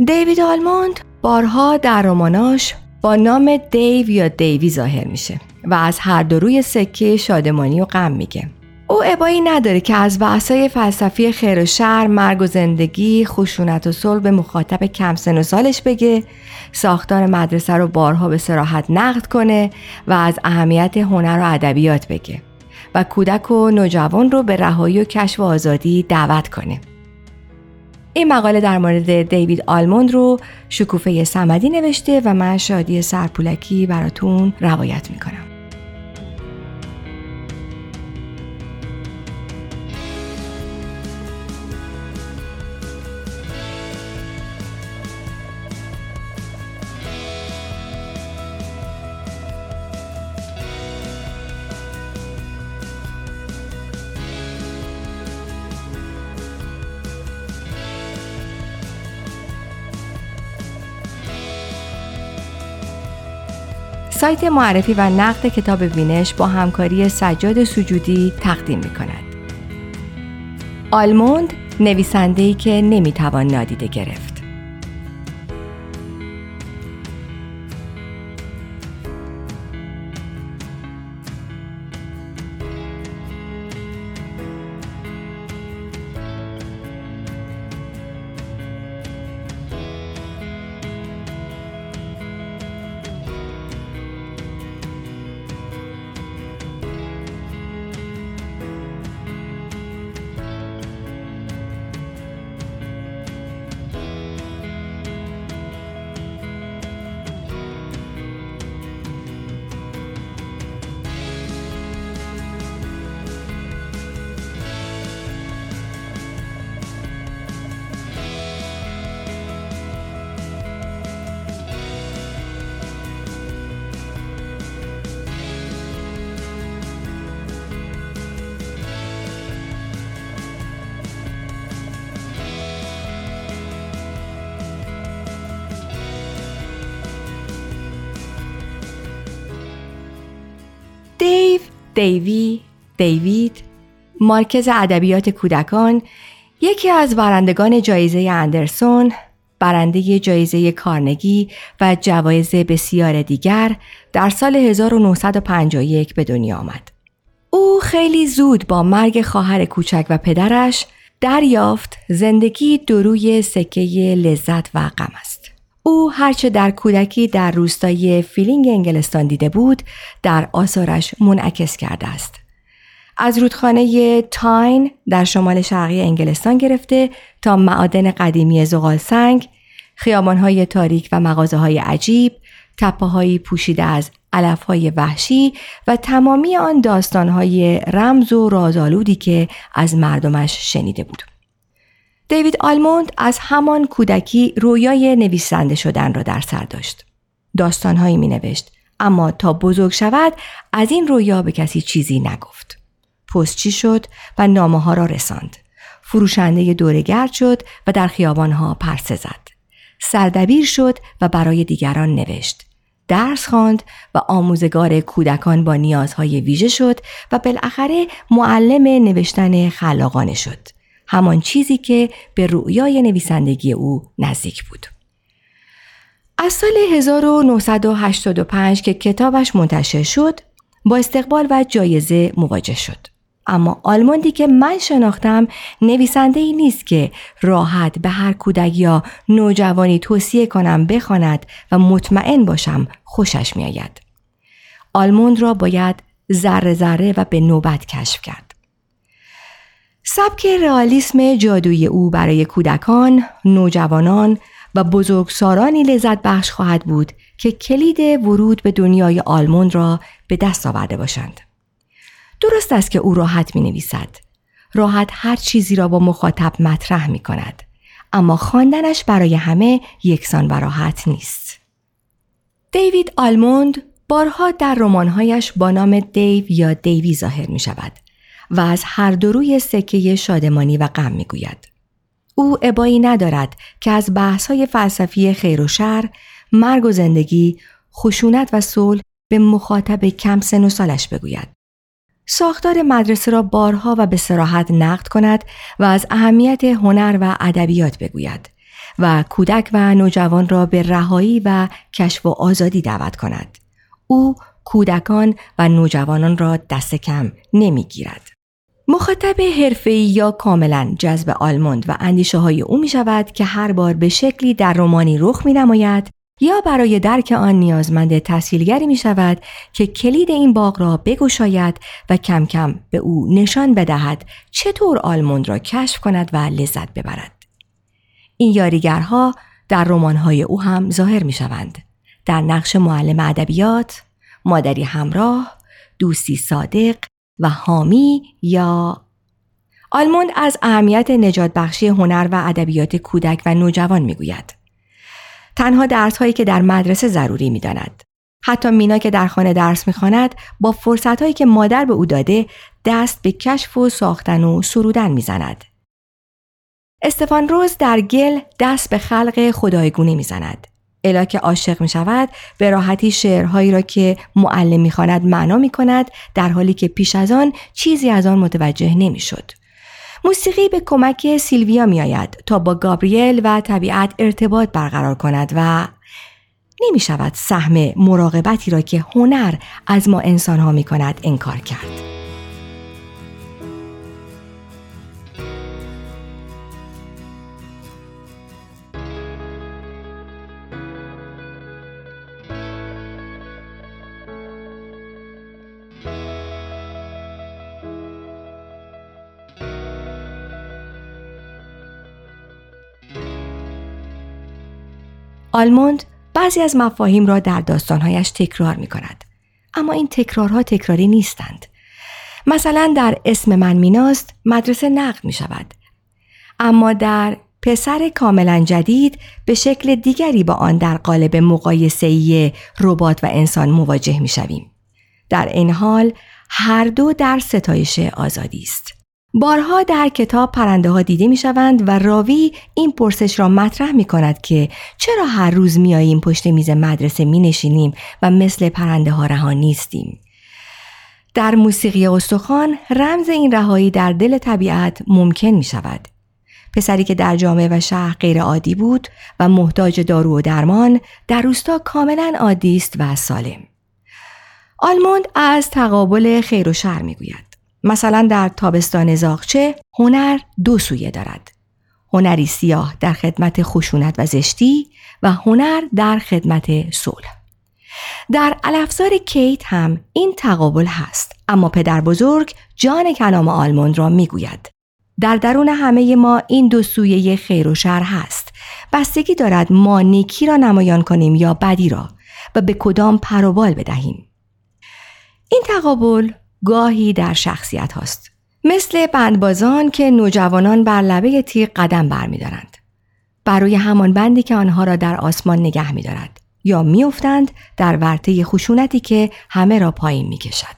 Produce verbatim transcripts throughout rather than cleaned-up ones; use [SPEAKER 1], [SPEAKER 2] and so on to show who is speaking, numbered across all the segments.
[SPEAKER 1] دیوید آلموند بارها در رماناش با نام دیو یا دیوی ظاهر میشه و از هر دو روی سکه شادمانی و غم میگه. او ابایی نداره که از بحث‌های فلسفی خیر و شر، مرگ و زندگی، خشونت و صلح به مخاطب کم سن و سالش بگه، ساختار مدرسه رو بارها به صراحت نقد کنه و از اهمیت هنر و ادبیات بگه و کودک و نوجوان رو به رهایی و کشف و آزادی دعوت کنه. این مقاله در مورد دیوید آلموند رو شکوفه صمدی نوشته و من شادی سرپولکی براتون روایت میکنم. سایت معرفی و نقد کتاب وینش با همکاری سجاد سجودی تقدیم می‌کند. آلموند، نویسنده‌ای که نمی‌توان نادیده گرفت. دیو، دیوی، دیوید، مرکز ادبیات کودکان، یکی از برندگان جایزه اندرسون، برنده جایزه کارنگی و جوایز بسیار دیگر، در سال هزار و نهصد و پنجاه و یک به دنیا آمد. او خیلی زود با مرگ خواهر کوچک و پدرش دریافت زندگی دروی سکه لذت و غم است. او هرچه در کودکی در روستای فیلینگ انگلستان دیده بود در آثارش منعکس کرده است. از رودخانه تاین در شمال شرقی انگلستان گرفته تا معادن قدیمی زغال سنگ، خیابان‌های تاریک و مغازه‌های عجیب، تپه‌هایی پوشیده از علف‌های وحشی و تمامی آن داستان‌های رمز و رازآلودی که از مردمش شنیده بود. دیوید آلموند از همان کودکی رویای نویسنده شدن را در سر داشت. داستان‌هایی می‌نوشت، اما تا بزرگ شود از این رویا به کسی چیزی نگفت. پستچی شد و نامه‌ها را رساند. فروشنده دوره‌گرد شد و در خیابان‌ها پرسه زد. سردبیر شد و برای دیگران نوشت. درس خواند و آموزگار کودکان با نیازهای ویژه شد و بالاخره معلم نوشتن خلاقانه شد. همان چیزی که به رؤیای نویسندگی او نزدیک بود. از سال هزار و نهصد و هشتاد و پنج که کتابش منتشر شد، با استقبال و جایزه مواجه شد. اما آلموندی که من شناختم نویسنده‌ای نیست که راحت به هر کودک یا نوجوانی توصیه کنم بخواند و مطمئن باشم خوشش می‌آید. آلموند را باید ذره ذره و به نوبت کشف کرد. سبک رئالیسم جادویی او برای کودکان، نوجوانان و بزرگسالانی لذت بخش خواهد بود که کلید ورود به دنیای آلموند را به دست آورده باشند. درست است که او راحت می نویسد. راحت هر چیزی را با مخاطب مطرح می کند. اما خواندنش برای همه یکسان و راحت نیست. دیوید آلموند بارها در رمان‌هایش با نام دیو یا دیوی ظاهر می شود و از هر دو روی سکه شادمانی و غم می گوید. او ابایی ندارد که از بحث‌های فلسفی خیر و شر، مرگ و زندگی، خشونت و صلح به مخاطب کم سن و سالش بگوید. ساختار مدرسه را بارها و به صراحت نقد کند و از اهمیت هنر و ادبیات بگوید و کودک و نوجوان را به رهایی و کشف و آزادی دعوت کند. او کودکان و نوجوانان را دست کم نمیگیرد. مخاطب حرفه‌ای یا کاملا جذب آلموند و اندیشه های او می شود که هر بار به شکلی در رمانی رخ می نماید یا برای درک آن نیازمند تسهیلگری می شود که کلید این باغ را بگشاید و کم کم به او نشان بدهد چطور آلموند را کشف کند و لذت ببرد. این یاریگرها در رمان‌های او هم ظاهر می شوند. در نقش معلم ادبیات، مادری همراه، دوستی صادق و حامی یا آلموند از اهمیت نجات بخشی هنر و ادبیات کودک و نوجوان می گوید. تنها درس‌هایی که در مدرسه ضروری می‌داند. حتی مینا که در خانه درس می‌خواند با فرصت‌هایی که مادر به او داده دست به کشف و ساختن و سرودن می‌زند. استفان روز در گل دست به خلق خدایگونه می‌زند. الا که عاشق می‌شود به راحتی شعرهایی را که معلم می‌خواند معنا می‌کند در حالی که پیش از آن چیزی از آن متوجه نمی‌شد. موسیقی به کمک سیلویا می آید تا با گابریل و طبیعت ارتباط برقرار کند و نمی شود سهم مراقبتی را که هنر از ما انسان ها می کند انکار کرد. آلموند بعضی از مفاهیم را در داستانهایش تکرار می کند. اما این تکرارها تکراری نیستند. مثلا در اسم من میناست مدرسه نقد می شود. اما در پسر کاملا جدید به شکل دیگری با آن در قالب مقایسه‌ای ربات و انسان مواجه می شویم. در این حال هر دو در ستایش آزادی است. بارها در کتاب پرنده ها دیده می شوند و راوی این پرسش را مطرح می کند که چرا هر روز می آییم پشت میز مدرسه می نشینیم و مثل پرنده ها رها نیستیم. در موسیقی استخوان رمز این رهایی در دل طبیعت ممکن می شود. پسری که در جامعه و شهر غیر عادی بود و محتاج دارو و درمان در روستا کاملا عادی است و سالم. آلموند از تقابل خیر و شر می گوید. مثلا در تابستان زاغچه هنر دو سویه دارد. هنری سیاه در خدمت خشونت و زشتی و هنر در خدمت صلح. در الافزار کیت هم این تقابل هست، اما پدر بزرگ جان کلام آلموند را می گوید. در درون همه ما این دو سویه خیر و شر هست. بستگی دارد ما نیکی را نمایان کنیم یا بدی را و به کدام پر و بال بدهیم. این تقابل گاهی در شخصیت هاست. مثل بندبازان که نوجوانان بر لبه تیغ قدم برمی‌دارند. برای همان بندی که آنها را در آسمان نگه می‌دارد یا می‌افتند در ورطه خشونتی که همه را پایین می‌کشد.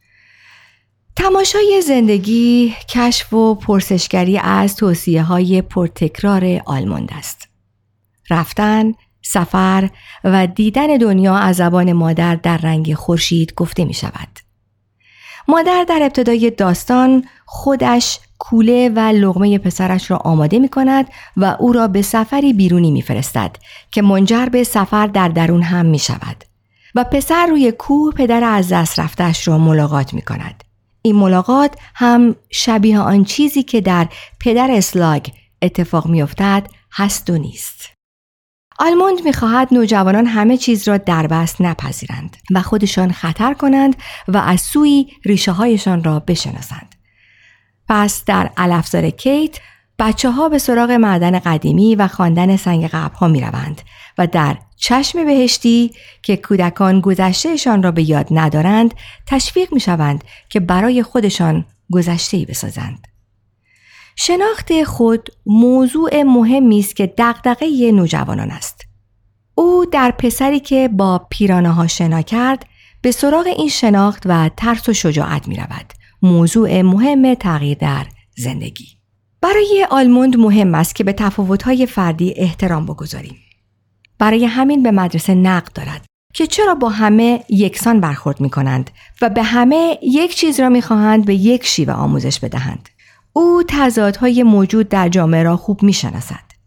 [SPEAKER 1] تماشای زندگی، کشف و پرسشگری از توصیه‌های پرتکرار آلموند است. رفتن، سفر و دیدن دنیا از زبان مادر در رنگ خورشید گفته می‌شود. مادر در ابتدای داستان خودش کوله و لقمه پسرش را آماده می کند و او را به سفری بیرونی می فرستد که منجر به سفر در درون هم می شود و پسر روی کوه پدر از دست رفته‌اش را ملاقات می کند. این ملاقات هم شبیه آن چیزی که در پدر اسلاگ اتفاق می افتد هست و نیست. آلموند می خواهد نوجوانان همه چیز را دربست نپذیرند و خودشان خطر کنند و از سوی ریشه هایشان را بشناسند. پس در الافزار کیت بچه ها به سراغ معدن قدیمی و خواندن سنگ قبرها می روند و در چشم بهشتی که کودکان گذشتهشان را به یاد ندارند تشویق می شوند که برای خودشان گذشته‌ای بسازند. شناخت خود موضوع مهمی است که دغدغه نوجوانان است. او در پسری که با پیرانه‌ها شنا کرد به سراغ این شناخت و ترس و شجاعت می رود. موضوع مهم تغییر در زندگی. برای آلموند مهم است که به تفاوت‌های فردی احترام بگذاریم. برای همین به مدرسه نقد دارد که چرا با همه یکسان برخورد می کنند و به همه یک چیز را می خواهند به یک شیوه آموزش بدهند. او تضادهای موجود در جامعه را خوب می شناسد.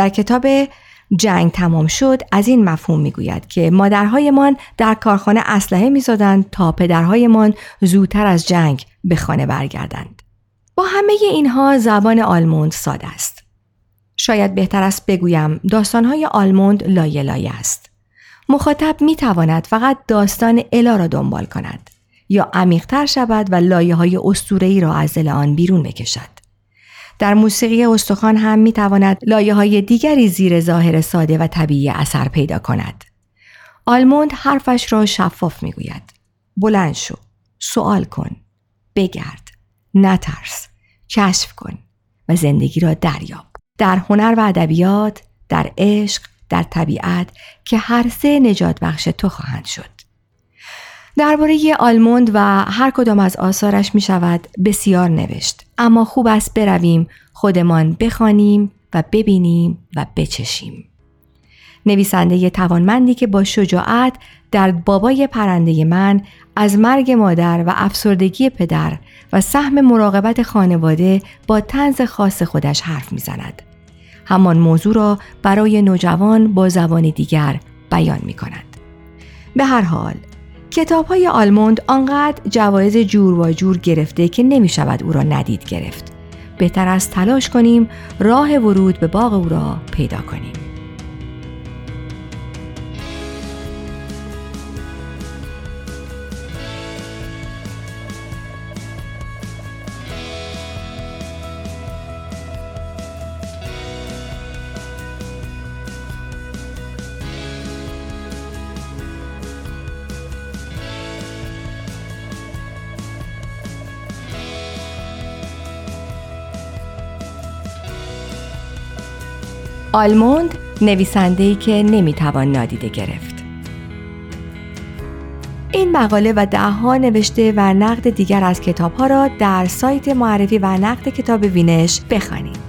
[SPEAKER 1] در کتاب جنگ تمام شد از این مفهوم میگوید که مادرهایمان در کارخانه اسلحه می‌زدند تا پدرهایمان زودتر از جنگ به خانه برگردند. با همه اینها زبان آلموند ساده است. شاید بهتر است بگویم داستان‌های آلموند لایه لایه است. مخاطب می‌تواند فقط داستان الا را دنبال کند یا عمیق‌تر شود و لایه‌های اسطوره‌ای را از دل آن بیرون بکشد. در موسیقی استخوان هم می‌تواند لایه‌های دیگری زیر ظاهر ساده و طبیعی اثر پیدا کند. آلموند حرفش را شفاف می‌گوید. بلند شو، سوال کن، بگرد، نترس، کشف کن و زندگی را دریاب. در هنر و ادبیات، در عشق، در طبیعت که هر سه نجات بخش تو خواهند شد. درباره آلموند و هر کدام از آثارش می شود بسیار نوشت، اما خوب است برویم خودمان بخوانیم و ببینیم و بچشیم. نویسنده توانمندی که با شجاعت در بابای پرنده من از مرگ مادر و افسردگی پدر و سهم مراقبت خانواده با طنز خاص خودش حرف می زند. همان موضوع را برای نوجوان با زبان دیگر بیان می کند. به هر حال کتاب‌های آلموند آنقدر جوایز جور و جور گرفته که نمی شود او را ندید گرفت. بهتر است تلاش کنیم راه ورود به باغ او را پیدا کنیم. آلموند، نویسنده‌ای که نمیتوان نادیده گرفت. این مقاله و ده‌ها نوشته و نقد دیگر از کتاب‌ها را در سایت معرفی و نقد کتاب وینش بخوانید.